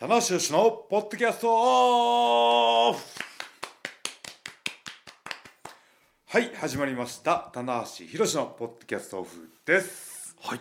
棚橋宏のポッドキャストオフ。はい、始まりました棚橋宏のポッドキャストオフです。 はい。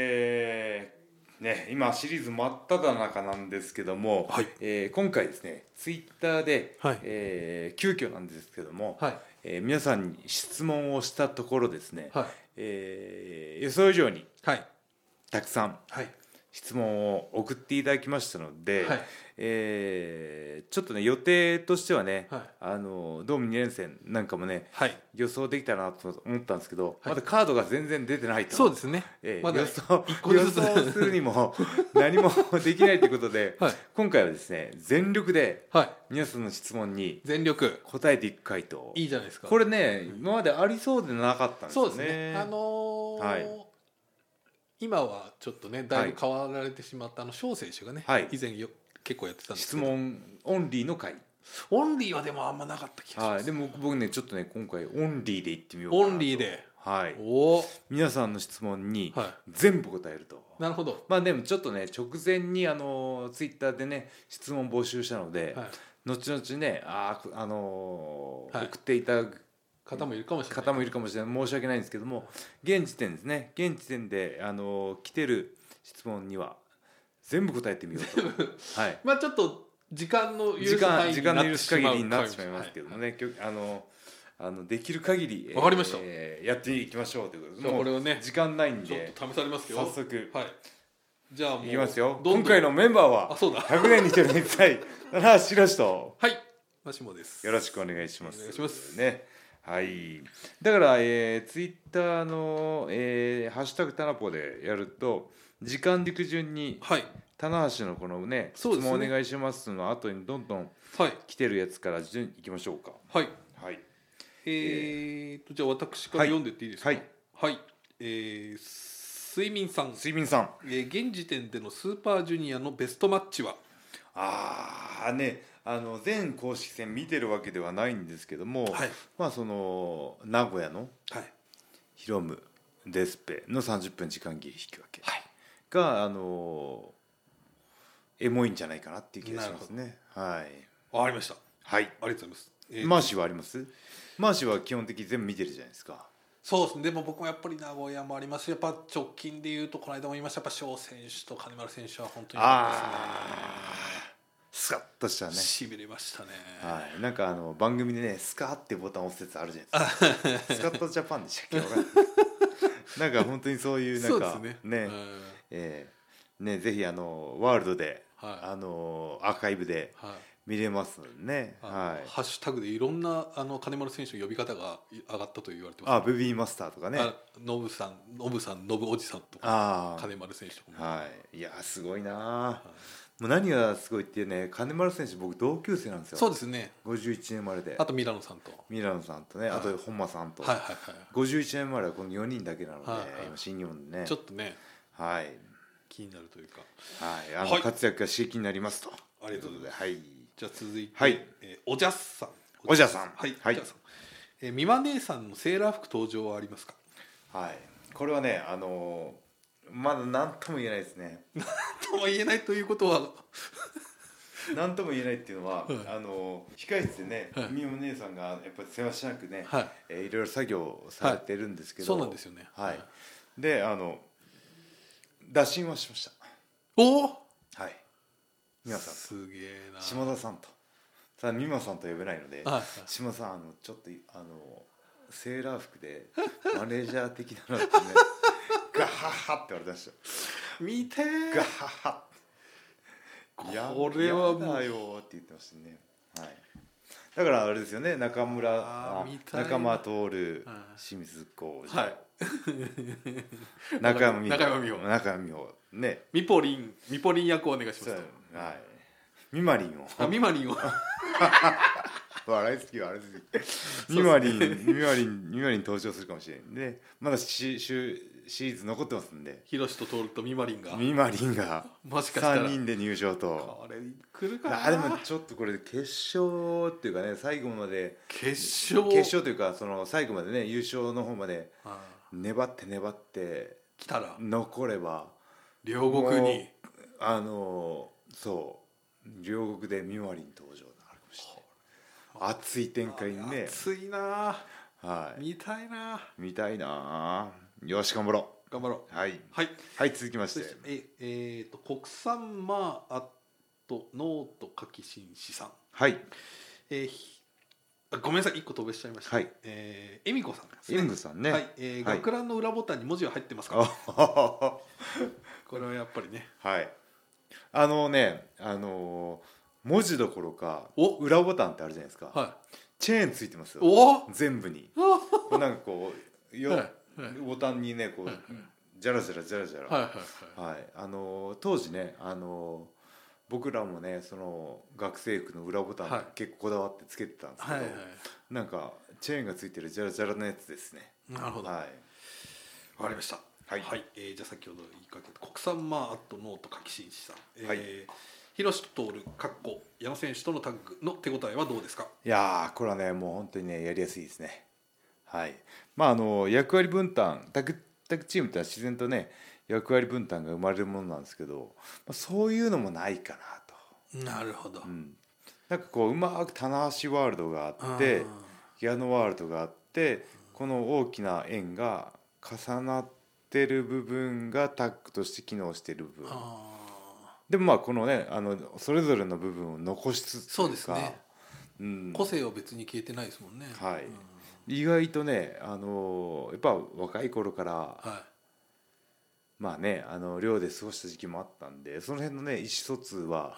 今シリーズ真っ只中なんですけども、 はい。 今回ですねツイッターで、 はい。 急遽なんですけども、 はい。 皆さんに質問をしたところですね、 はい。 予想以上にはい。 たくさんはい。 質問を送っていただきましたので、 はい。 ちょっとね予定としてはね、 はい。 ドーム2連戦なんかもね、 はい。 予想できたなと思ったんですけど、 はいまだカードが全然出てないと。 そうですね。まだ予想一個ずつ予想するにも何もできないということで、 はい。 今回はですね全力ではい。 皆さんの質問に全力。 答えていく回答。 いいじゃないですか。 これね今までありそうでなかったんですよね。 そうですね。 はい今はちょっとねだいぶ変わられてしまった翔選手がね、 はい、 以前結構やってたんですけど、 質問オンリーの回。 オンリーはでもあんまなかった気がします。 でも僕ねちょっとね今回オンリーでいってみようかなと。 オンリーで。 はい。 おお。 皆さんの質問には全部答えると。 い。なるほど。 まあでもちょっとね直前にツイッターでね質問募集したので、 はい。 後々ねはい送っていただく方もいるかもしれない。 方もいるかもしれない。申し訳ないんですけども、現時点ですね。現時点で来てる質問には全部答えてみようと。はい。 まあちょっと時間の許す範囲時間の許す限りにななっててしっしまいままうかもすけどもね、できる限り、 わかりましたやっていきましょうということで、 じゃあこれをね時間ないんちょっでと試されますよ。 早速はい。じゃあもういきますよ。 どんどん今回のメンバーはあ、そうだ。 100年に一人熱帯棚橋宏とはい。マシモです。 よろしくお願いします。 お願いしますね。はい。だから、ツイッターの、ハッシュタグタナポでやると時間軸順にはい。 棚橋のこのね質そうですね問お願いしますの後にどんどんはい。 来てるやつから順にいきましょうか。 はい。 はい。 じゃあ私から読んでっていいですか。 はい。 はい。睡眠さん。 睡眠さん。 現時点でのスーパージュニアのベストマッチは。 全公式戦見てるわけではないんですけども、 はい。 まあその名古屋のはい。 ヒロムデスペの30分時間切り引き分けはいがエモいんじゃないかなっていう気がしますね。はい。 わかりました。 はい。 ありがとうございます。 マーシーはあります？マーシーは基本的に全部見てるじゃないですか。 そうですね。でも僕もやっぱり名古屋もありますし、やっぱ直近でいうとこの間も言いましたやっぱ翔選手と金丸選手は本当に良かったですね。 スカッとしたね。 しびれましたね。 はい。なんか番組でねスカーってボタン押すやつあるじゃないですか。スカッとジャパンでしたっけ？わかんないなんか本当にそういうなんかそうですね、ねぜひワールドで、 はい、 アーカイブで見れますのでね。はい。 ハッシュタグでいろんな金丸選手の呼び方が上がったと言われてます。 ベビーマスターとかね。 ノブさん、ノブおじさんとか、金丸選手とかも。 はい。いやすごいな。もう何がすごいってね、金丸選手僕同級生なんですよ。 そうですね。 51年生まれで。 あとミラノさんとね、あと本間さんと。 はいはいはい。 51年生まれはこの4人だけなので、今新日本でね。 ちょっとね。 はい。 気になるというか。 はい。活躍が刺激になりますと。 ありがとうございます。 はい。 じゃあ続いて、 はい。 おじゃさん。 おじゃさん。 はい。おじゃさん。美馬姉さんのセーラー服登場はありますか。 はい。これはね、まだ何とも言えないですね。 何とも言えないということは何とも言えないっていうのは、控室でね、美馬姉さんがやっぱり世話しなくね、いろいろ作業されてるんですけど、 そうなんですよね。 はい。で、打診はしました。 おお。 はい。美馬さん。 すげえな。 島田さんと。ただ美馬さんと呼べないので、島田さんちょっとセーラー服でマネージャー的なのってねガハハって言われました。 見てーガハハこれはもうやだよって言ってましたね。はい。だからあれですよね、中間徹、清水浩二、 はい、 中山美穂ね、 ミポリン役をお願いします。 はい。ミマリンを笑いすぎミマリン登場するかもしれないんで、まだシリーズ残ってますんで、 ヒロシとトールとミマリンがもしかしたら3人で入場と。 これ来るかな。 でもちょっとこれ決勝っていうかね、最後まで決勝というかその最後までね優勝の方まで粘って来たら残れば両国にそう両国でミマリン登場があるかもしれない。熱い展開にね。 熱いな、 はい、 見たいな。 見たいな。よし頑張ろう。 頑張ろう。はいはい、 はい、続きまして、 国産マーアットノート書き紳士さん、 はい、 ごめんなさい、1個飛べしちゃいました。 はい、 恵美子さんですね。 エムさんね。 はい、学ランの裏ボタンに文字は入ってますか。 はこれはやっぱりね。 い、文字どころか裏ボタンってあるじゃないですか。 はチェーンついてますよ。 お全部に。こうなんかこうはい、 ボタンにねこう、じゃらじゃらじゃらじゃら。はい、当時ね僕らもねその学生服の裏ボタン結構こだわってつけてたんですけど、なんかチェーンがついてるじゃらじゃらのやつですね。 なるほど。 はい。 わかりました。 はい。 じゃあ先ほど言いかけた国産マーアットノート書き紳士さん。 はい。 広志徹矢野選手とのタッグの手応えはどうですか。 いやーこれはねもう本当にねやりやすいですね。はい。役割分担タッグチームってのは自然とね役割分担が生まれるものなんですけど、そういうのもないかなと。 なるほど。 なんかこううまく棚橋ワールドがあって矢野ワールドがあってこの大きな円が重なってる部分がタッグとして機能している部分でもこのねそれぞれの部分を残しつつそうですね、個性は別に消えてないですもんね。 はい、意外とねやっぱ若い頃から、寮で過ごした時期もあったんでその辺のね意思疎通は、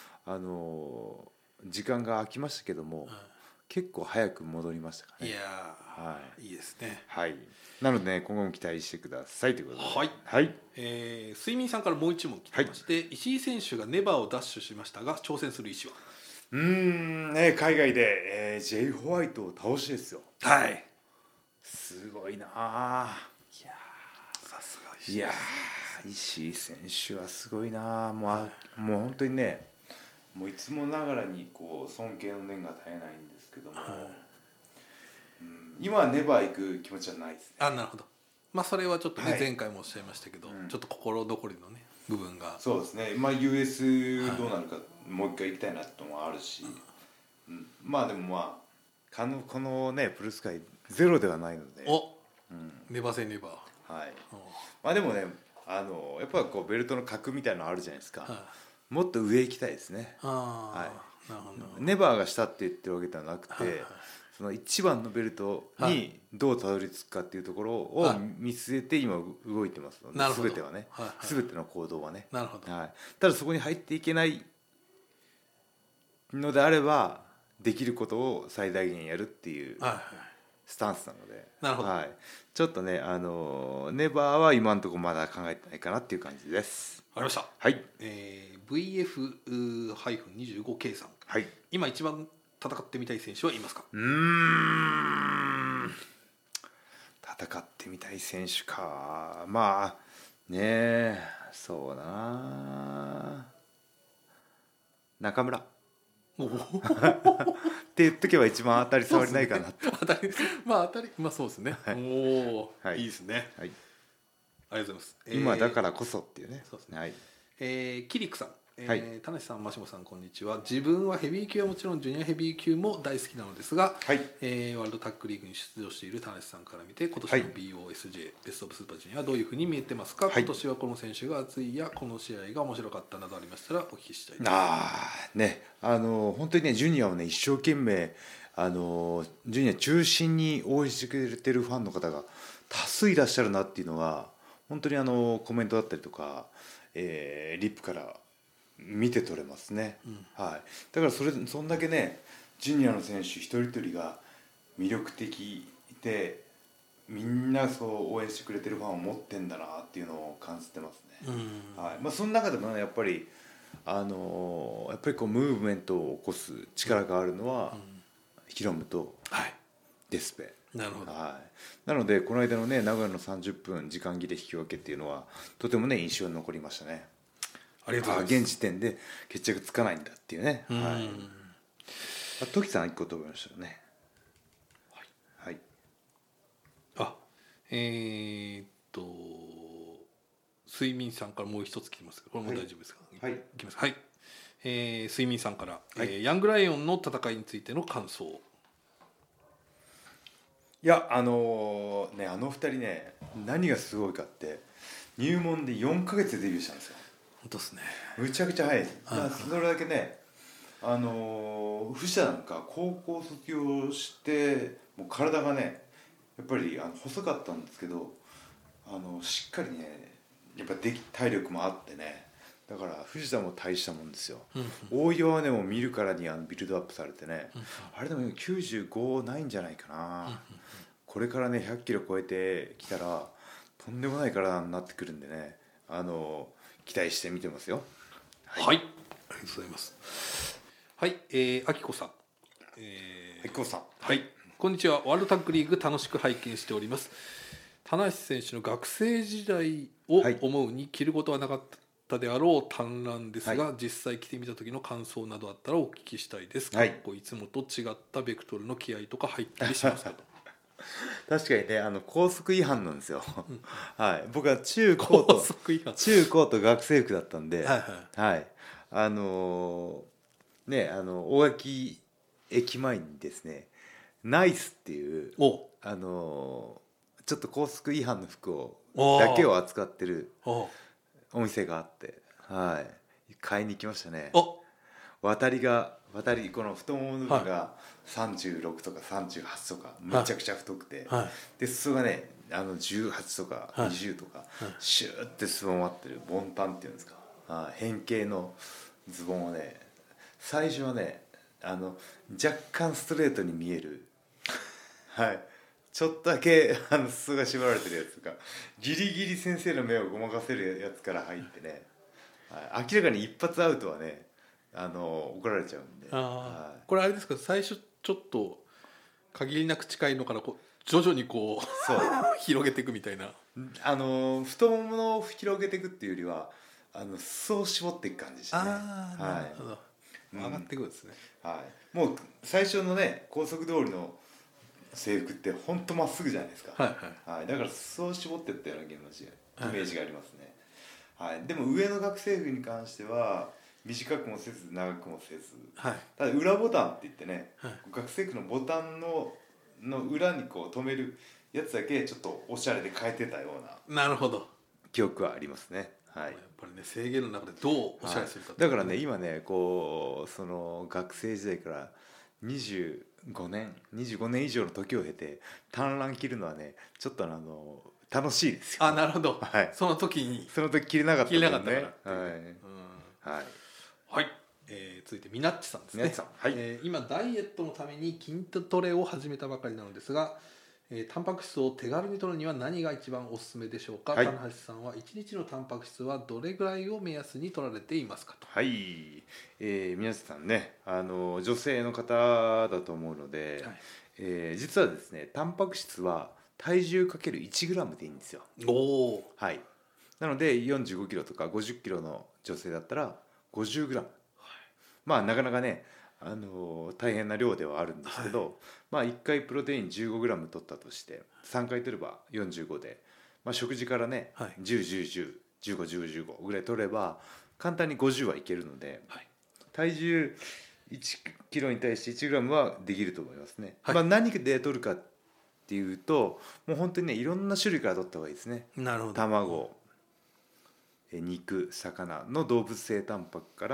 時間が空きましたけども、結構早く戻りましたかね。 いやいいですね。 はい。なので、ね、今後も期待してくださいということで。 はい。 はい。 睡眠さんからもう一問来てまして、石井選手がネバーをダッシュしましたが挑戦する意思は。 海外で、ジェイ・ホワイトを倒しですよ。 はい。 すごいなあ。 いやさすが石井。いや石井選手はすごいなあ。もう本当にね。もういつもながらにこう尊敬の念が絶えないんですけども、今はネバー行く気持ちはないですね。 なるほど。それはちょっとね、前回もおっしゃいましたけど、ちょっと心残りのね部分が。 そうですね。US どうなるか、もう一回行きたいなってのもあるし、でもこのねプルスカイゼロではないので。 ネバーセネバー。はい。でもねやっぱこうベルトの格みたいなのあるじゃないですか。もっと上行きたいですね。 なるほど。 ネバーがしたって言ってるわけではなくて、その一番のベルトにどうたどり着くかっていうところを見据えて今動いてますので、全てはね、全ての行動はね。 なるほど。 ただそこに入っていけないのであればできることを最大限やるっていうスタンスなので、 なるほど。 ちょっとねネバーは今のところまだ考えてないかなっていう感じです。 わかりました。 はい。 VF-25K さん。 はい。 今一番戦ってみたい選手はいますか。 戦ってみたい選手か。そうな。中村。って言っとけば一番当たり障りないかなって。 当たりそうですね。いいですね。 はい。 ありがとうございます。 今だからこそっていうね。 そうですね。 はい。 キリックさん。田無さん、マシモさん、こんにちは。自分はヘビー級はもちろんジュニアヘビー級も大好きなのですが、ワールドタッグリーグに出場している田無さんから見て今年の BOSJ、ベストオブスーパージュニアはどういうふうに見えてますか。今年はこの選手が熱いやこの試合が面白かったなどありましたらお聞きしたいです。 本当にねジュニアをね一生懸命ジュニア中心に応援してくれてるファンの方が多数いらっしゃるなっていうのが本当にコメントだったりとか、リップから見て取れますね。だからそんだけねジュニアの選手一人一人が魅力的でみんなそう応援してくれてるファンを持ってんだなっていうのを感じてますね。その中でもねやっぱりこうムーブメントを起こす力があるのは、ヒロムとデスペ。 なるほど。 なのでこの間のね名古屋の30分時間切れ引き分けっていうのはとてもね印象に残りましたね。 ありがとうございます。 現時点で決着つかないんだっていうね。トキさん1個飛びましたよね。 睡眠さんからもう一つ来てますけどこれも大丈夫ですか。 いきます。 睡眠さんから、 はい、 ヤングライオンの戦いについての感想。 いやあの二人ね、何がすごいかって入門で4ヶ月でデビューしたんですよ。 本当ですね。 むちゃくちゃ早いです。だからそれだけね、藤田なんか高校卒業してもう体がねやっぱり細かったんですけど、しっかりねやっぱ体力もあってね、だから藤田も大したもんですよ。大岩はねもう見るからにビルドアップされてね、あれでも95ないんじゃないかな。これからね100キロ超えてきたらとんでもない体になってくるんでね、期待して見てますよ。 はい、はい、ありがとうございます。はい、あきこさん、 あきこさん、 はい、こんにちは。ワールドタッグリーグ楽しく拝見しております。棚橋選手の学生時代を思うに着ることはなかったであろう短ランですが、はい、実際着てみた時の感想などあったらお聞きしたいです。はい、いつもと違ったベクトルの気合とか入ったりしますかと。 確かにね校則違反なんですよ、はい、僕は中高と学生服だったんで、はいはい、ね大垣駅前にですねナイスっていうちょっと校則違反の服だけを扱ってるお店があって、はい、買いに行きましたね。渡りこの太ももの部分が36とか38とかめちゃくちゃ太くて、はい、で裾がね18とか20とか、はい、シューってすぼまってるボンタンっていうんですか、変形のズボンをね最初はね若干ストレートに見えるはいちょっとだけ裾が縛られてるやつとかギリギリ先生の目をごまかせるやつから入ってね、はい、明らかに一発アウトはね怒られちゃうんで、 はい、これあれですか、最初ちょっと限りなく近いのから徐々にそう広げていくみたいな、 太ももを広げていくっていうよりは裾を絞っていく感じでしたね。 なるほど、上がっていくんですね、 はい、もう最初のね高速道路の制服ってほんとまっすぐじゃないですか、はいはいはい、だから裾を絞っていったようなイメージがありますね、はいはい、でも上の学生服に関しては短くもせず長くもせず、はい、ただ裏ボタンって言ってね、はい、学生服のボタンの裏に留めるやつだけちょっとおしゃれで変えてたような、 なるほど、 記憶はありますね、はい、やっぱりね制限の中でどうおしゃれするか、 はい、だからね今ねその学生時代から25年以上の時を経て短ラン着るのはねちょっと楽しいですよ。 なるほど、はい、その時着れなかったからね。 はい、はい、続いてみなっちさんですね。はい、今ダイエットのために筋トレを始めたばかりなのですが、タンパク質を手軽に摂るには何が一番おすすめでしょうか。棚橋さんは1日のタンパク質はどれぐらいを目安に摂られていますかと。 はい、皆さんね女性の方だと思うので、はい、実はですねタンパク質は体重かける 1g でいいんですよ。はい、なので45キロとか50キロの女性だったら 50g、はい、まあなかなかね大変な量ではあるんですけど、はい、まあ1回プロテイン 15g 取ったとして3回取れば45で、まあ、食事からね、はい、1010101515ぐらい取れば簡単に50はいけるので、はい、体重1キロに対して 1g はできると思いますね、はい、まあ、何で取るかっていうともう本当にねいろんな種類から取った方がいいですね。 なるほど。 卵、肉、魚の動物性タンパクから、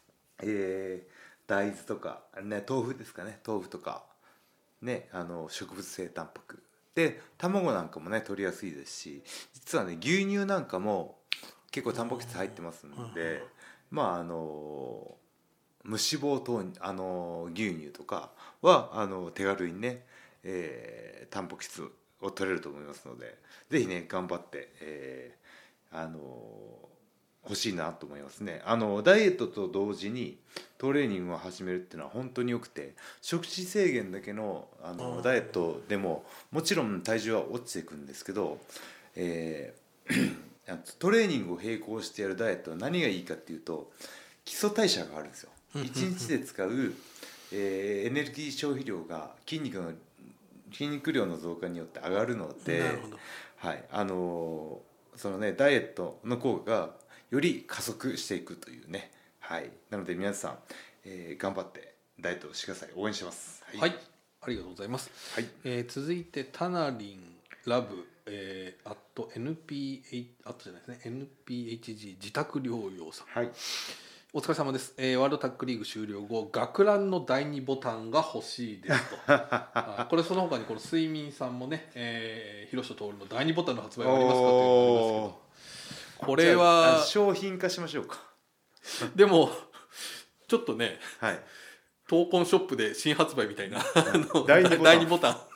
大豆とか、ね、豆腐ですかね、豆腐とか、ね、植物性タンパクで卵なんかもね取りやすいですし、実はね牛乳なんかも結構タンパク質入ってますので、まあ無脂肪牛乳とかは手軽にね、タンパク質を取れると思いますので、ぜひね頑張って、欲しいなと思いますね。ダイエットと同時にトレーニングを始めるっていうのは本当によくて、食事制限だけのダイエットでももちろん体重は落ちていくんですけど、トレーニングを並行してやるダイエットは何がいいかっていうと基礎代謝があるんですよ。1日で使う、エネルギー消費量が筋肉量の増加によって上がるので、なるほど、はい、そのねダイエットの効果がより加速していくというね、 はい、なので皆さん、頑張ってダイエットしてください。応援してます。 はい、ありがとうございます。 はい、 続いてタナリンラブ@NPH じゃないですね NPHG 自宅療養さん、 はい、 お疲れ様です、ワールドタックリーグ終了後学ランの第2ボタンが欲しいですとこれその他にこの睡眠さんもね、広瀬徹の第2ボタンの発売がありますかというのがありますけど、これは商品化しましょうかでもちょっとね、 はい、 闘魂ショップで新発売みたいな第 2ボタン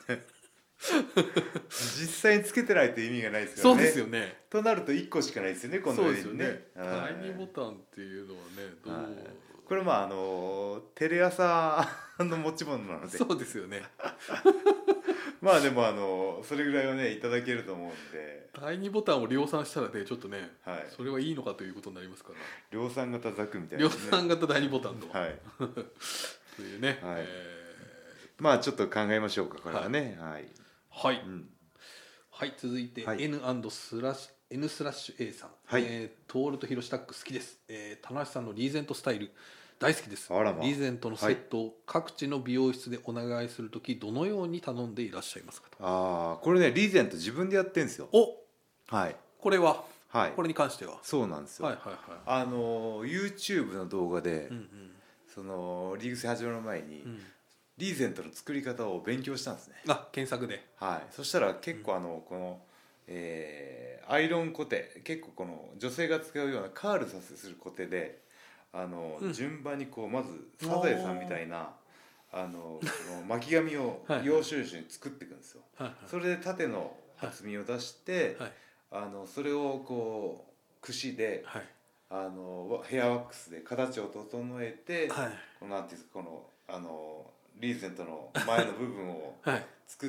実際につけてないと意味がないですからね。そうね。 ですよね。 となると1個しかないですよね、この上にね。 第2ボタンっていうのはね、どう、 これまあテレ朝の持ち物なのでそうですよねまあでもそれぐらいはねいただけると思うんで、 第2ボタンを量産したらねちょっとね、 はい、 それはいいのかということになりますから、 量産型ザクみたいな、 量産型第2ボタンと、 はいというね、 はい、まあちょっと考えましょうか、これはね。はいはい、はい、続いて、はい、N/N/A さん、 はい、 トールとヒロシタック好きです、田中さんのリーゼントスタイル大好きです。 まあ、 リーゼントのセットを各地の美容室でお願いするとき、どのように頼んでいらっしゃいますかと。 これねリーゼント自分でやってるんですよ。はい、 これは、 はい、 これに関してはそうなんですよ。 はいはいはい、 YouTube の動画で、そのリーグ戦始まる前に、リーゼントの作り方を勉強したんですね。 検索で。 はい、そしたら結構この、アイロンコテ、結構この女性が使うようなカールさせるコテで順番にこうまずサザエさんみたいなこの巻き髪を要所要所に作っていくんですよ。それで縦の厚みを出して、それをこう櫛で、ヘアワックスで形を整えて、このなんていうんですか、このリーゼントの前の部分を作って、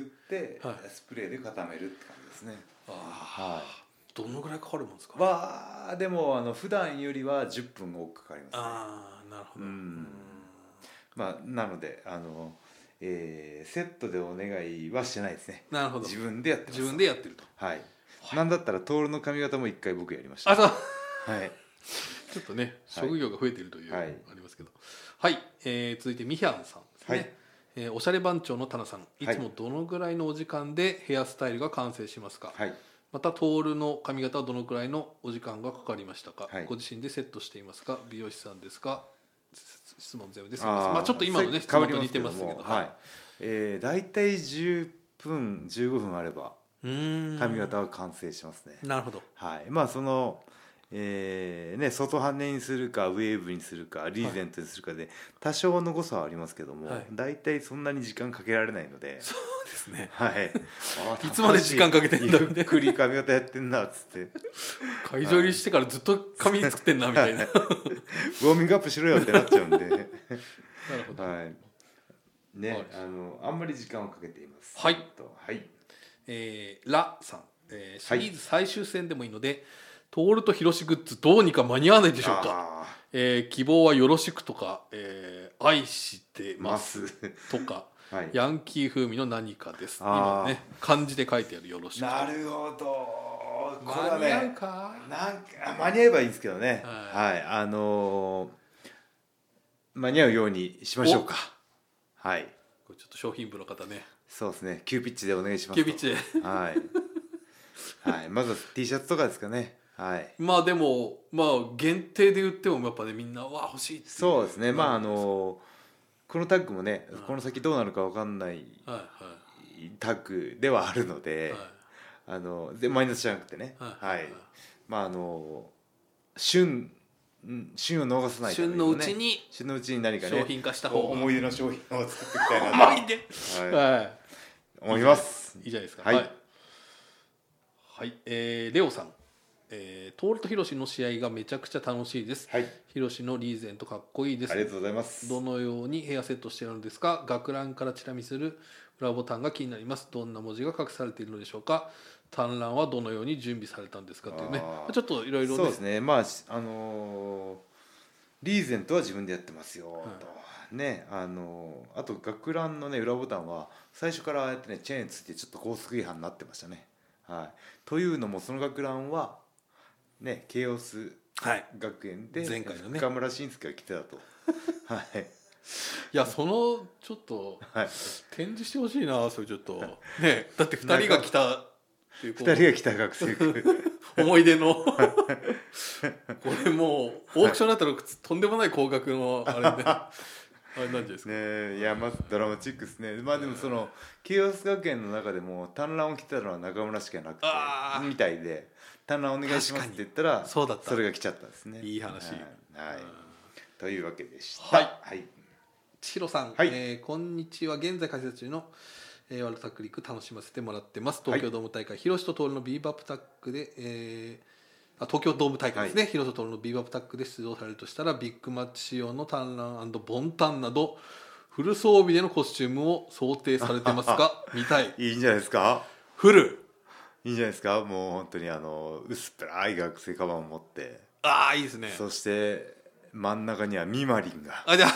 スプレーで固めるって感じですね。 どのぐらいかかるもんですか。 でも普段よりは10分多くかかりますね。 なるほど。 まあなのでセットでお願いはしてないですね。 なるほど。 自分でやってます。 自分でやってると。 はい。なんだったらトールの髪型も一回僕やりました。 そう。 はい。 ちょっとね職業が増えているというありますけど。はい。続いてミヒャンさんですね。おしゃれ番長のタナさん、いつもどのぐらいのお時間でヘアスタイルが完成しますか。 はい。 またトールの髪型はどのくらいのお時間がかかりましたか。ご自身でセットしていますか。美容師さんですか。質問全部です。まあちょっと今のね質問と似てますけど、 だいたい10分15分あれば髪型は完成しますね。 なるほど。 はい。まあ外羽にするかウェーブにするかリーゼントにするかで多少の誤差はありますけども、だいたいそんなに時間かけられないので。 そうですね。 はい。 いつまで時間かけてんだみたいな。 ゆっくり髪型やってんなっつって。 会場入りしてからずっと髪作ってんなみたいな。 ウォーミングアップしろよってなっちゃうんで。なるほど。 はい。ね、あんまり時間をかけています。 はい。 はい。 ラさん、シリーズ最終戦でもいいので。トールとヒロシグッズどうにか間に合わないでしょうか。希望はよろしくとか、愛してますとか、ヤンキー風味の何かです。今ね漢字で書いてあるよろしく。 なるほど。 間に合うか。 間に合えばいいんですけどね。はい。間に合うようにしましょうか。はい。 これちょっと商品部の方ね。 そうですね。急ピッチでお願いします。 急ピッチで。 はい。はい。まずは T シャツとかですかね。はい、 まあでも限定で言ってもやっぱねみんな欲しいっていう。 そうですね。まあこのタッグもね、この先どうなるか分かんないタッグではあるので、でマイナスじゃなくてね、まあ旬を逃さないためにもね、旬のうちに何かね商品化した方が思い出の商品を作っていきたいなと思います。 いいじゃないですか。はい。レオさん。トールとヒロシの試合がめちゃくちゃ楽しいです。ヒロシのリーゼントかっこいいです。 ありがとうございます。 どのようにヘアセットしているのですか。学ランからチラ見する裏ボタンが気になります。どんな文字が隠されているのでしょうか。単乱はどのように準備されたんですかというね。ちょっといろいろね。 そうですね。まあリーゼントは自分でやってますよと。ね、あと学ランのね裏ボタンは最初からああやってねチェーンついてちょっと高速違反になってましたね。はい。というのもその学ランはね、ケイオス学園で前回のね深村慎介が来てたとはいいやそのちょっとはい展示してほしいなそれちょっとねだって2人が来たっていう 2人が来た学生思い出のこれもうオークションだったらとんでもない高額のあれであれなんじゃないですかね。いやまずドラマチックですね。まあでもその慶応学園の中でも単乱を来たのは中村しかなくてみたいで、単乱お願いしますって言ったらそうだったそれが来ちゃったんですね。 いい話、 はい、というわけでした。 はい、 はい、 千尋さん、 はい、 こんにちは。現在開催中のワールドタックリーグ楽しませてもらってます。東京ドーム大会、広瀬と徹のビーバップタックで、東京ドーム大会ですね、広瀬と徹のビーバップタックで出場されるとしたらビッグマッチ仕様のタンランボンタンなどフル装備でのコスチュームを想定されてますか見たい。 いいんじゃないですか。 フルいいんじゃないですか。もう本当に薄っぺらい学生カバンを持って、 いいですね。 そして真ん中にはミマリンがじゃあ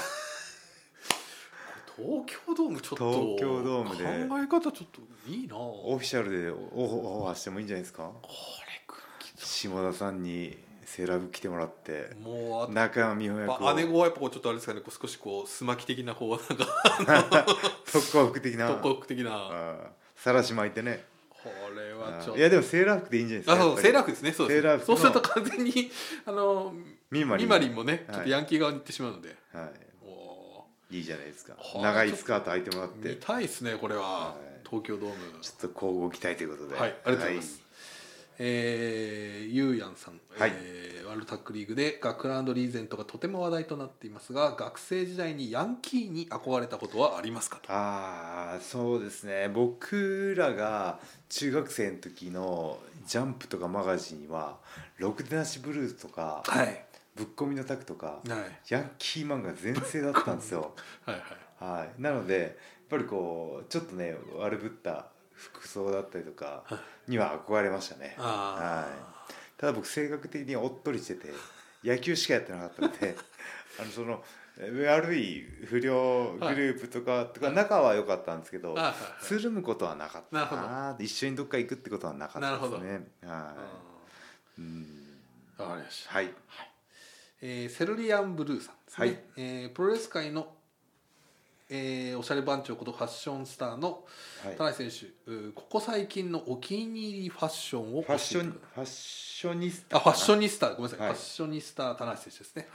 東京ドームちょっと東京ドームで考え方ちょっといいな。 オフィシャルでオファーしてもいいんじゃないですか。 これ下田さんにセーラー服着てもらって、 もう中山美穂役を姉子はやっぱこうちょっとあれですかね、少しこうスマキ的なこうなんか特攻服的な特攻服的なさらし巻いてね。 これはちょっといやでもセーラー服でいいんじゃないですか。 そうセーラー服ですね。そうですね。そうすると完全にミマリンもねちょっとヤンキー側に行ってしまうので、 はい、いいじゃないですか。 はい、 長いスカート履いてもらって見たいですねこれは、東京ドームちょっと交互期待ということで、 はい、ありがとうございます。ゆうやんさん、ワールドタックリーグでガクランドリーゼントがとても話題となっていますが、学生時代にヤンキーに憧れたことはありますかと。 そうですね。僕らが中学生の時のジャンプとかマガジンはろくでなしブルースとか、ぶっ込みのタクとか、ヤンキー漫画全盛だったんですよなのでやっぱりこうちょっとね悪ぶった服装だったりとかには憧れましたね。ただ僕性格的におっとりしてて野球しかやってなかったのでその悪い不良グループとか仲は良かったんですけど、つるむことはなかったな。一緒にどっか行くってことはなかったですね。 わかりました。 はい、 セルリアンブルーさんですね。プロレス界のおしゃれ番長ことファッションスターの田中選手、ここ最近のお気に入りファッションをファッショニスタファッショニスタごめんなさい、ファッショニスタ田中選手ですね。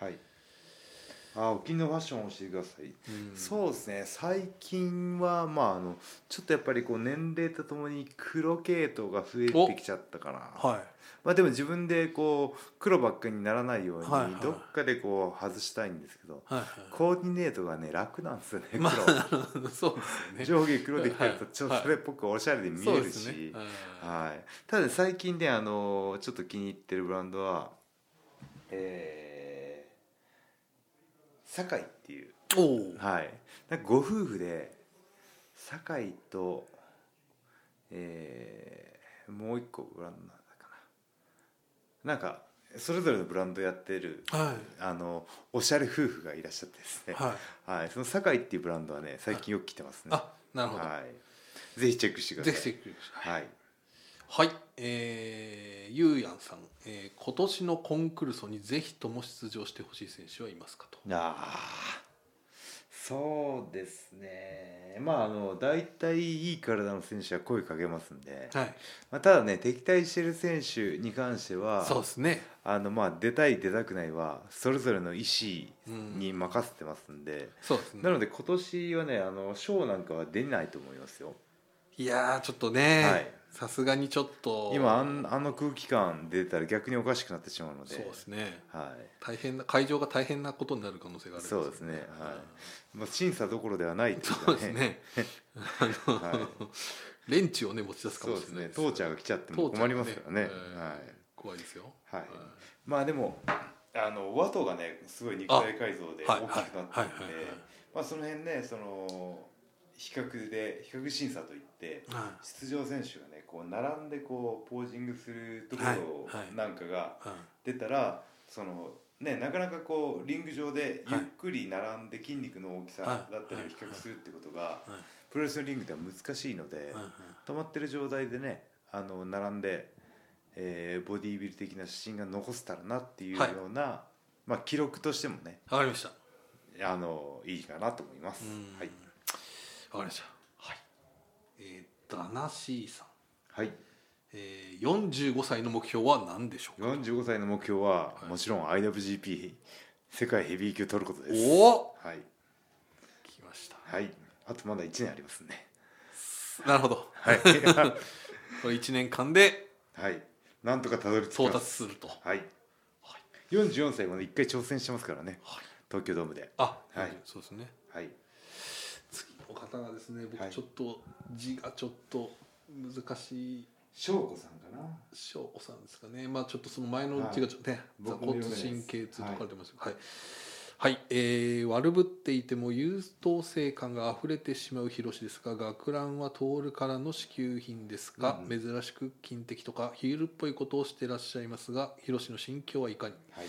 お気に入りのファッションを教えてください。そうですね。最近はちょっとやっぱりこう年齢とともに黒系統が増えてきちゃったかな。でも自分でこう黒ばっかりにならないようにどっかでこう外したいんですけど、コーディネートがね楽なんですよね。黒そうですよね。上下黒で着てるとちょっとそれっぽくおしゃれで見えるし、ただ最近ねちょっと気に入ってるブランドは堺っていうなんかご夫婦で堺ともう一個ブランドなんかそれぞれのブランドやってる、おしゃれ夫婦がいらっしゃってですね、その堺っていうブランドはね最近よく着てますね。 なるほど、 ぜひチェックしてください。 ぜひチェックしてください。ゆうやんさん、今年のコンクルーソにぜひとも出場してほしい選手はいますかと。 そうですね。大体いい体の選手は声かけますんで、ただね敵対してる選手に関してはそうですね。 出たい出たくないはそれぞれの意思に任せてますんで、なので今年はねショーなんかは出ないと思いますよ。 いやちょっとね、さすがにちょっと今空気感出たら逆におかしくなってしまうので、 そうですね、大変な会場が大変なことになる可能性があるんです。 そうですね、審査どころではないというかね。 そうですねレンチをね持ち出すかもしれないです。 トーチャーが来ちゃっても困りますからね。 怖いですよ。 でもワトがねすごい肉体改造で大きくなってるんで、その辺ね比較審査といって出場選手がねこう並んでこうポージングするところなんかが出たらなかなかこうリング上でゆっくり並んで筋肉の大きさだったりを比較するってことがプロレスのリングでは難しいので、止まってる状態でね並んでボディービル的な写真が残せたらなっていうような、まあ、記録としてもね、 わかりました。 いいかなと思います。はい。 わかりました。はい。ダナシーさん。 はい。 45歳の目標は何でしょうか。 45歳の目標は、もちろん IWGP 世界ヘビー級取ることです。 おお。 はい。 来ました。 はい。あとまだ1年ありますね。 なるほど。 はい。 これ1年間で、 はい。なんとかたどり着きます。 到達すると。 はい。44歳まで1回挑戦してますからね。はい、東京ドームで。 はい。そうですね。 はい。 次の方がですね、僕ちょっと字がちょっと難しい。 翔子さんかな。 翔子さんですかね。まあちょっとその前の字がちょっとね、座骨神経痛と書かれてますよ。はい。はい、悪ぶっていても優等生感があふれてしまうヒロシですが、学ランは徹からの支給品ですが、珍しく金的とかヒールっぽいことをしてらっしゃいますが、ヒロシの心境はいかに。はい、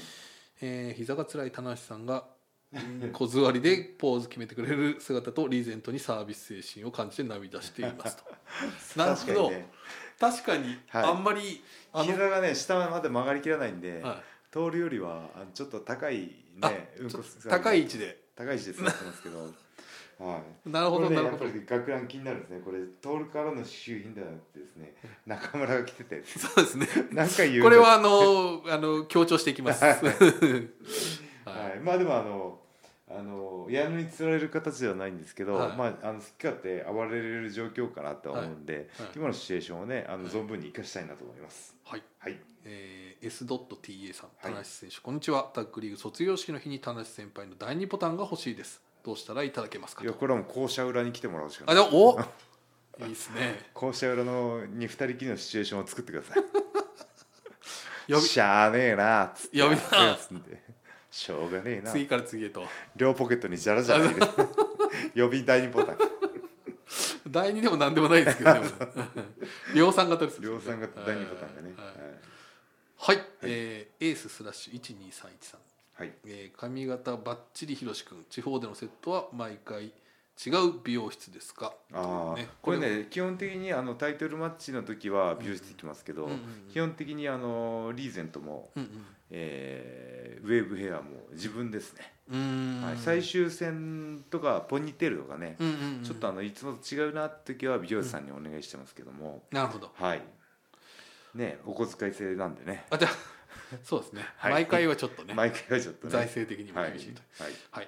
膝がつらい田無さんが小座りでポーズ決めてくれる姿とリーゼントにサービス精神を感じて涙していますと。なるほど。確かに、あんまり膝がね下まで曲がりきらないんで、通るよりはちょっと高いね、 高い位置で座ってますけど、はい。 なるほど、なるほど。 やっぱり学ラン気になるんですね。これ徹からの支給品ではなくてですね、中村が着てて、 そうですね。 何回言う。 これは強調していきます。はい。 まあでも矢野に釣られる形ではないんですけど、まあ好き勝手暴れれる状況かなとは思うんで、今のシチュエーションをね存分に生かしたいなと思います。 はい。はい。S.TA さん、田無選手、こんにちは。タッグリーグ卒業式の日に田無先輩の第2ボタンが欲しいです。どうしたらいただけますか。 いや、これはもう校舎裏に来てもらうしかない。 おいいですね。 校舎裏の2人きりのシチュエーションを作ってください。しゃあねえなっつって呼びなしょうがねえな。 次から次へと両ポケットにジャラジャラ入れて呼び第2ボタン。 第2でも何でもないですけどね。量産型です。 量産型第2ボタンがね。 はい、エーススラッシュ1231さん、 はい、 髪型バッチリひろし君、地方でのセットは毎回違う美容室ですか。 これね基本的にタイトルマッチの時は美容室行きますけど、基本的にリーゼントも、ウェーブヘアも自分ですね。はい、最終戦とかポニーテールとかね、ちょっといつもと違うなって時は美容師さんにお願いしてますけども、 なるほど。 はいね、お小遣い制なんでね。 じゃあそうですね、毎回はちょっとね、 毎回はちょっとね、 財政的にも厳しいと。はい、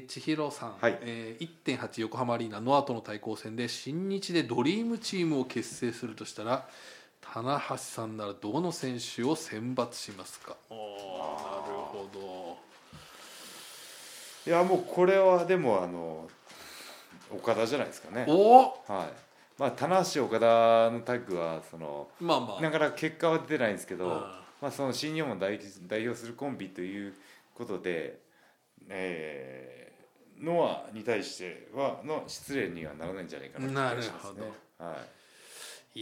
千尋さん、1.8 横浜アリーナノアとの対抗戦で新日でドリームチームを結成するとしたら、棚橋さんならどの選手を選抜しますか。なるほど。 いやもうこれはでも岡田じゃないですかね。はい。まあ、棚橋岡田のタッグはなかなか結果は出てないんですけど、まあ、その新日本を代表するコンビということで、ノアに対してはの失礼にはならないんじゃないかなと思いますね。なるほど。はい。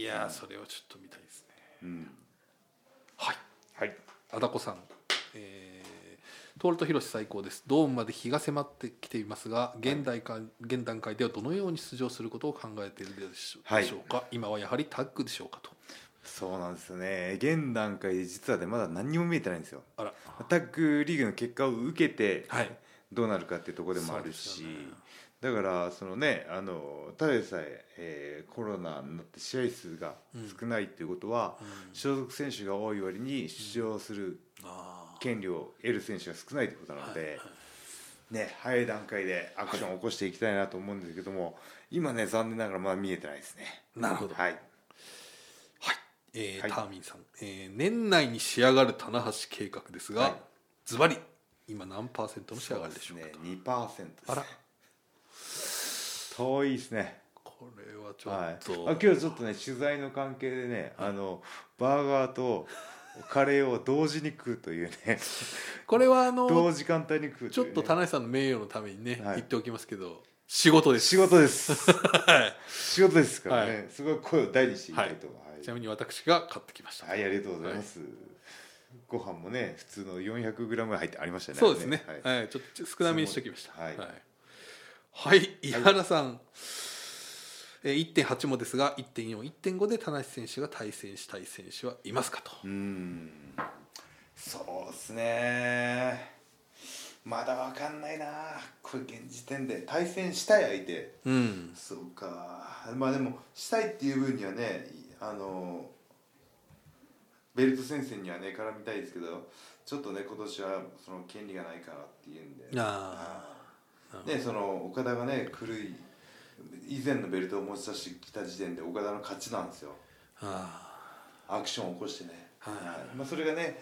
いやそれはちょっと見たいですね。はい。 はい。 あだこさん。トールとヒロシ最高です。ドームまで日が迫ってきていますが、現段階ではどのように出場することを考えているでしょうか。今はやはりタッグでしょうかと。 そうなんですよね。現段階で実はねまだ何にも見えてないんですよ。タッグリーグの結果を受けてどうなるかっていうところでもあるし、だからただでさえコロナになって試合数が少ないっていうことは、所属選手が多い割に出場する権利を得る選手が少ないということなので、早い段階でアクションを起こしていきたいなと思うんですけども、今ね残念ながらまだ見えてないですね。 なるほど。 はい。 ターミンさん、年内に仕上がる棚橋計画ですが、ズバリ今何パーセントの仕上がりでしょうか。 そうですね、2%ですね。あら遠いですね。 これはちょっと、 今日ちょっとね取材の関係でね、バーガーとカレーを同時に食うというねこれは同時間帯に食う、 ちょっと田中さんの名誉のためにね、言っておきますけど、仕事です。 仕事です仕事ですからね、すごい声を大にしていきたいと。 ちなみに私が買ってきました。 はい、ありがとうございます。ご飯もね普通の 400g ぐらい入ってありましたね。 そうですね。ちょっと少なめにしておきました。はい、井原さん、 1.8 もですが 1.4、1.5 で田無選手が対戦したい選手はいますかと。 そうですね、まだ分かんないなこれ現時点で対戦したい相手、そうか、まあでもしたいっていう分にはねベルト戦線にはね絡みたいですけど、ちょっとね今年はその権利がないからっていうんで、ね、その岡田がね以前のベルトを持ち出してきた時点で岡田の勝ちなんですよ。アクションを起こしてね、まあ、それがね、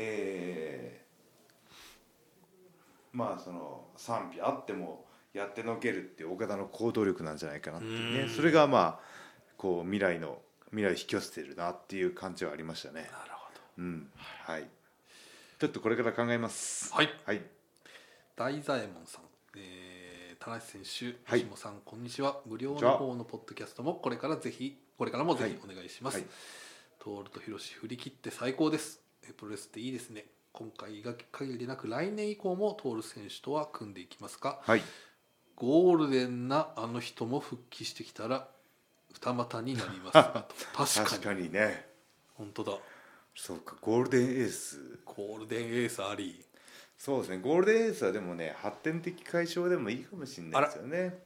まあその賛否あってもやってのけるっていう岡田の行動力なんじゃないかなっていうね、それがまあこう未来を引き寄せてるなっていう感じはありましたね。 なるほど、はい、ちょっとこれから考えます。 はい、大左衛門さん、田無選手、吉本さん、こんにちは。無料の方のポッドキャストもこれからもぜひお願いします。トールとヒロシ振り切って最高です。プロレスっていいですね。今回が限りでなく来年以降もトール選手とは組んでいきますか。ゴールデンなあの人も復帰してきたら二股になります確かにね、 本当だ。 そうか、ゴールデンエースあり。そうですね、ゴールデンエースはでもね発展的解消でもいいかもしれないですよね。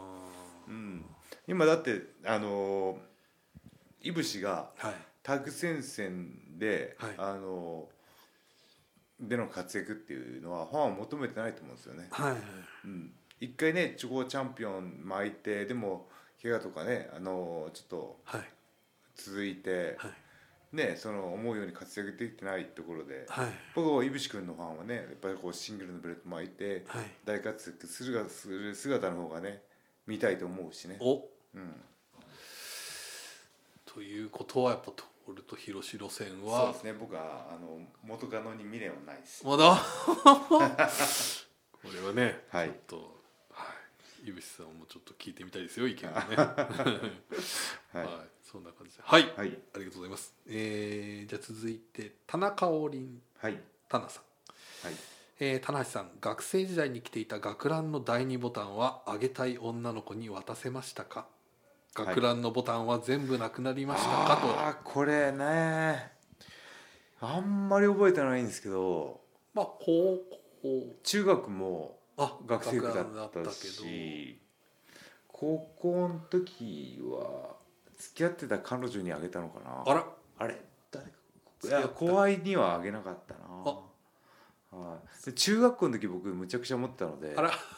今だっていぶしがタッグ戦線で、での活躍っていうのはファンは求めてないと思うんですよね。一回ねチャンピオン巻いて、でも怪我とかねちょっと続いて、ね、その思うように活躍できてないところで、僕はいぶし君のファンはねやっぱりこうシングルのベルト巻いて、大活躍する姿の方がね見たいと思うしね。 ということはやっぱトールとヒロシ路線はそうですね、僕は元カノに未練はないです。 まだこれはね、ちょっといぶしさんもちょっと聞いてみたいですよ、意見をね。そんな感じで、ありがとうございます。じゃあ続いて田中王林、田中さん、田無さん、学生時代に着ていた学ランの第2ボタンはあげたい女の子に渡せましたか。学ランのボタンは全部なくなりましたかと。 これねあんまり覚えてないんですけど、 まあ高校中学も学生服だったし、高校の時は付き合ってた彼女にあげたのかな。あれ誰か、いや後輩にはあげなかったな。中学校の時僕むちゃくちゃ持ってたので、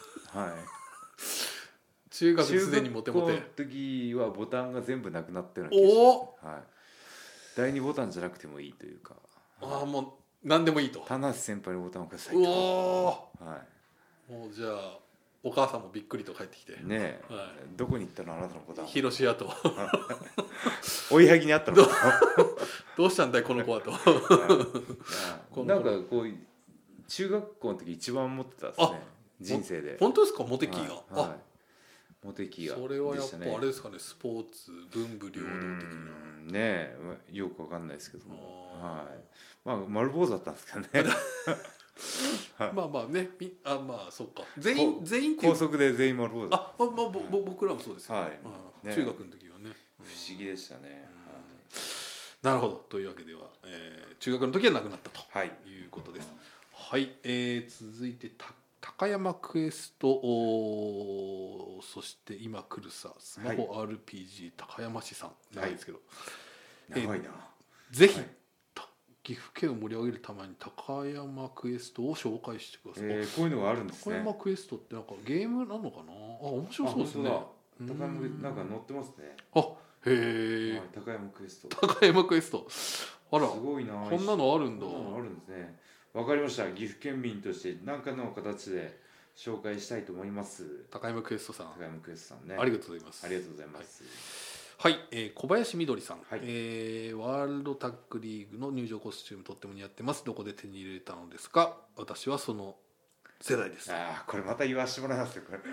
中学すでにモテモテ。 中学校の時はボタンが全部なくなったような気がします。第2ボタンじゃなくてもいいというか、 もう何でもいいと。 田無先輩のボタンをくださいと。 もうじゃあお母さんもびっくりと帰ってきてね、どこに行ったのあなたのボタン。 ヒロシやと追いはぎにあったのどうしたんだいこの子はと。 なんかこう中学校の時一番持ってたですね、人生で。 本当ですか。モテ期が。 モテ期が。 それはやっぱあれですかね、スポーツ文武両道的なね、よくわかんないですけども、まあ丸坊主だったんですかね。 まあまあね、まあそうか、全員高速で全員丸坊主。 僕らもそうですよ。中学の時はね、 不思議でしたね。 なるほど。というわけでは中学の時はなくなったということです。続いて高山クエスト、そして今来るさスマホ RPG 高山市さんなんですけど、 長いな。 ぜひ岐阜県を盛り上げるために高山クエストを紹介してください。 こういうのがあるんですね。 高山クエストってなんかゲームなのかな。面白そうですね。 高山なんか載ってますね。 へえ。 高山クエスト。 高山クエスト。あら。すごいな。 こんなのあるんだ。 あるんですね。わかりました。岐阜県民として何かの形で紹介したいと思います。 高山クエストさん。 高山クエストさんね。 ありがとうございます。 ありがとうございます。 小林みどりさん、ワールドタッグリーグの入場コスチュームとっても似合ってます。どこで手に入れたのですか。私はその世代です。 これまた言わせてもらいますよ。これ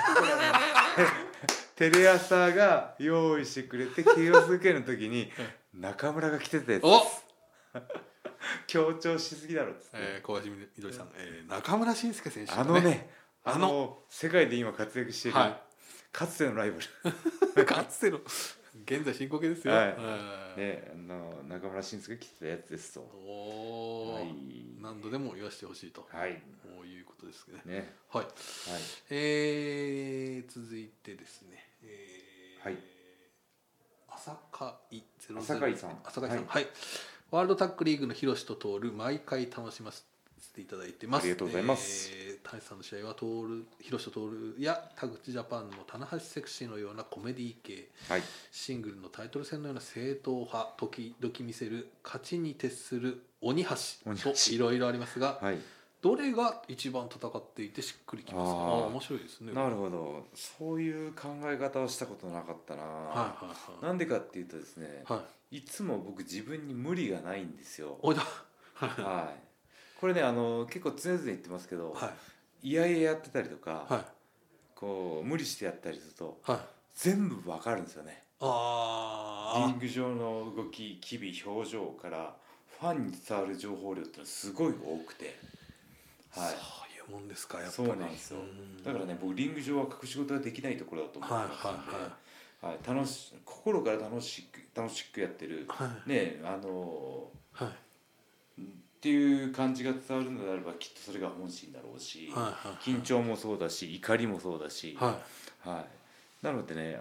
テレ朝が用意してくれて清須家の時に中村が来てたやつです。強調しすぎだろっつって、 小林みどりさん、中村慎介選手、 世界で今活躍しているかつてのライバルかつての現在進行形ですよ、 はいね、中村慎介が着てたやつですと。 お、はい、何度でも言わせてほしいと、 はい、 こういうことですね。 はい、 はい、続いてですね、 はい、 浅香井さん、 はい、ワールドタッグリーグの広志と徹毎回楽しませていただいてます。 ありがとうございます。 田中さんの試合は広志と徹や田口ジャパンの棚橋セクシーのようなコメディ系、はい、シングルのタイトル戦のような正統派、時々見せる勝ちに徹する鬼橋といろいろありますが、はい、どれが一番戦っていてしっくりきますか？面白いですね。 なるほど、そういう考え方をしたことなかったな。なんでかっていうとですね、はい、いつも僕自分に無理がないんですよ。はい、これね結構常々言ってますけど、はい、いやいややってたりとか、はい、こう無理してやったりすると、はい、全部わかるんですよね。リング上の動き、機微、表情からファンに伝わる情報量ってのはすごい多くて、 はい、そういうもんですか。やっぱりそうなんですよ。だからね、僕リング上は隠し事ができないところだと思ってますので、はい、心から楽しくやってる、はい、ねはい、っていう感じが伝わるのであればきっとそれが本心だろうし、はいはい、緊張もそうだし怒りもそうだし、はいはい、なのでね、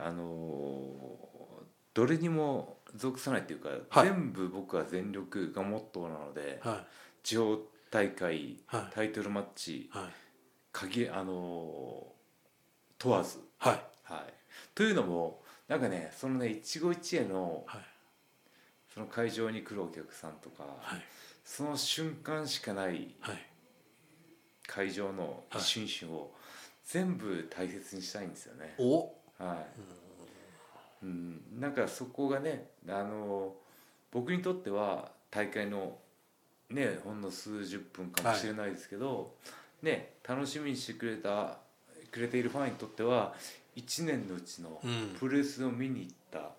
どれにも属さないっていうか、はい、全部僕は全力がモットーなので、はい、地方大会、はい、タイトルマッチ、はい、問わず、はいはい、というのもなんかね、そのね一期一会の、はい、その会場に来るお客さんとか、はい、その瞬間しかない会場の一瞬一瞬を全部大切にしたいんですよね。はい、なんかそこがね、僕にとっては大会のねほんの数十分かもしれないですけど、はい、ね、楽しみにしてくれているファンにとっては1年のうちのプロレスを見に行った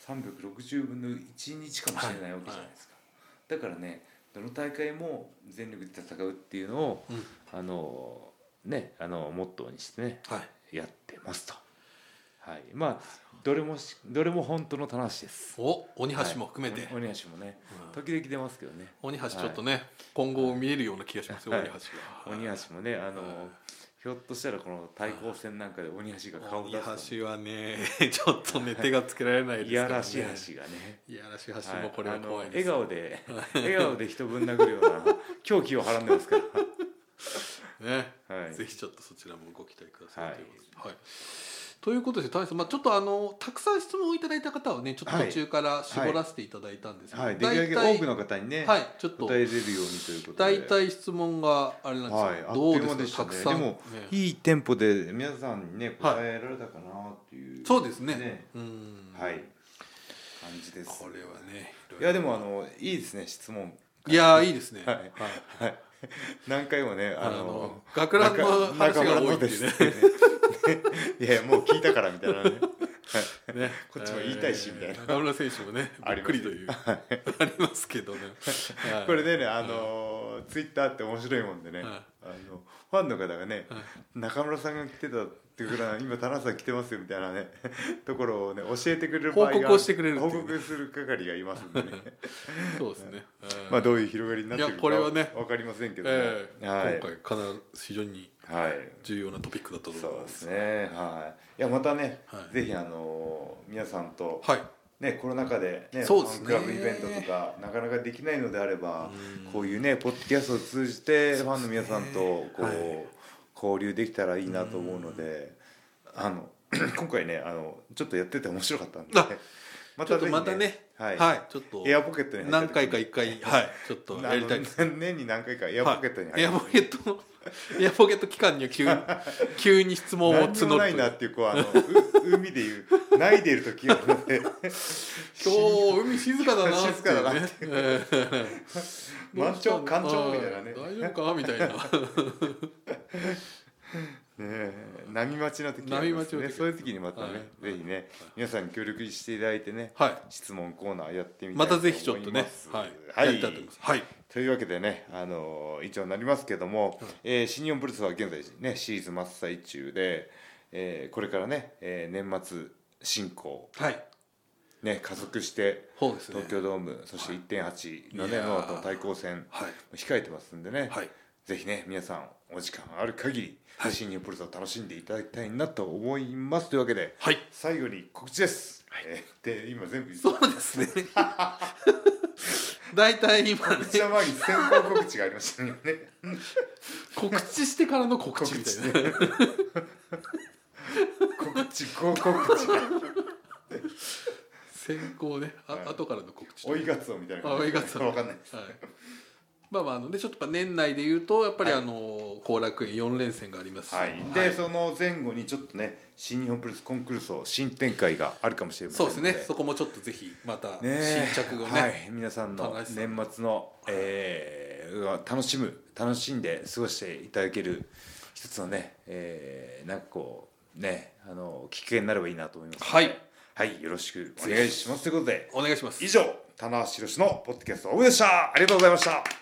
360分の1日かもしれないわけじゃないですか。はいはい、だからね、どの大会も全力で戦うっていうのを、ね、モットーにしてね、はい、やってますと。はい、まあどれも本当の棚橋です。 鬼橋も含めて、 はい、鬼橋もね、時々出ますけどね。 鬼橋ちょっとね、はい、今後見えるような気がしますよ、はい、 鬼橋もね、ひょっとしたらこの対抗戦なんかで鬼橋が顔を出す。 鬼橋はねちょっとね手がつけられないですからね。 いやらしい橋がね。 いやらしい橋もこれは怖いです。 笑顔で人ぶん殴るような狂気をはらんでますからね、はい、ぜひちょっとそちらもご期待ください。はい。ということで、田中さん、ちょっとたくさん質問をいただいた方はね、ちょっと途中から絞らせていただいたんですけど、 はいはい、できるだけ多くの方にね、はい、ちょっと答えれるようにということで、 大体質問があれなんですけど、はい、どうですか、たくさん、 でも、ね、いいテンポで皆さんにね答えられたかなっていう、 はい、そうですね、 はい、感じです。 これはね、 いやでもいいですね、質問。 いやいいですね。はい。 はい。何回もね、 学ランの話が多いっていうね。 いやもう聞いたからみたいなね。ね、こっちも言いたいしみたいな。 中村選手もね、びっくりというありますけどね。 これでね、ツイッターって面白いもんでね、ファンの方がね、中村さんが来てたっていうから今田中さん来てますよみたいなねところをね教えてくれる場合が報告をしてくれる報告する係がいますんでね。 そうですね。 まあどういう広がりになってるかは分かりませんけど、 今回かなり非常に重要なトピックだったと思います。 そうですね。はい。いやまたね、ぜひ皆さんとね、コロナ禍でね、ファンクラブイベントとかなかなかできないのであれば、こういうねポッドキャストを通じてファンの皆さんとこう交流できたらいいなと思うので、今回ねちょっとやってて面白かったんで、 またね、はい、ちょっとエアポケットに何回か1回、はい、ちょっとやりたいです。 年に何回かエアポケットに入って、 エアポケット期間には急に質問を募るという。 ないなっていう海でいうないでいる時があるので、 今日海静かだなってね。 満潮干潮みたいなね。 大丈夫かみたいな。 ね、波待ちの時はですね、そういう時にまたね、ぜひね皆さんに協力していただいてね、質問コーナーやってみたいと思います。 またぜひちょっとね、やりたいと思います。はい。 というわけでね、以上になりますけども、新日本プロレスは現在ねシリーズ真っ最中で、 これからね、年末進行、 はいね、加速してそうですね東京ドームそして 1.8 のねノアと対抗戦、 はい、 控えてますんでね、 はい、 ぜひね皆さんお時間ある限り、 はい、 新日本プロレスを楽しんでいただきたいなと思いますというわけで、 はい、 最後に告知です、 はいで今全部そうですね大体今ね告知の前に先行告知がありましたね告知してからの告知みたいな告知告知先行ね、 はい、 後からの告知追いがつおみたいな追いがつお分かんないです、 はい、まあでちょっと年内でいうとやっぱり後楽園4連戦がありますし、 はいで、はい、その前後にちょっとね新日本プロレスコンクルール新展開があるかもしれませんので、 そうですね、そこもちょっとぜひまた新着をね、 はい、皆さんの年末の、楽しんで過ごしていただける一つのね、なんかこうねきっかけになればいいなと思います、 はい、 はい、よろしくお願いしますということでお願いします。 以上棚橋宏のポッドキャストオブでした。ありがとうございました。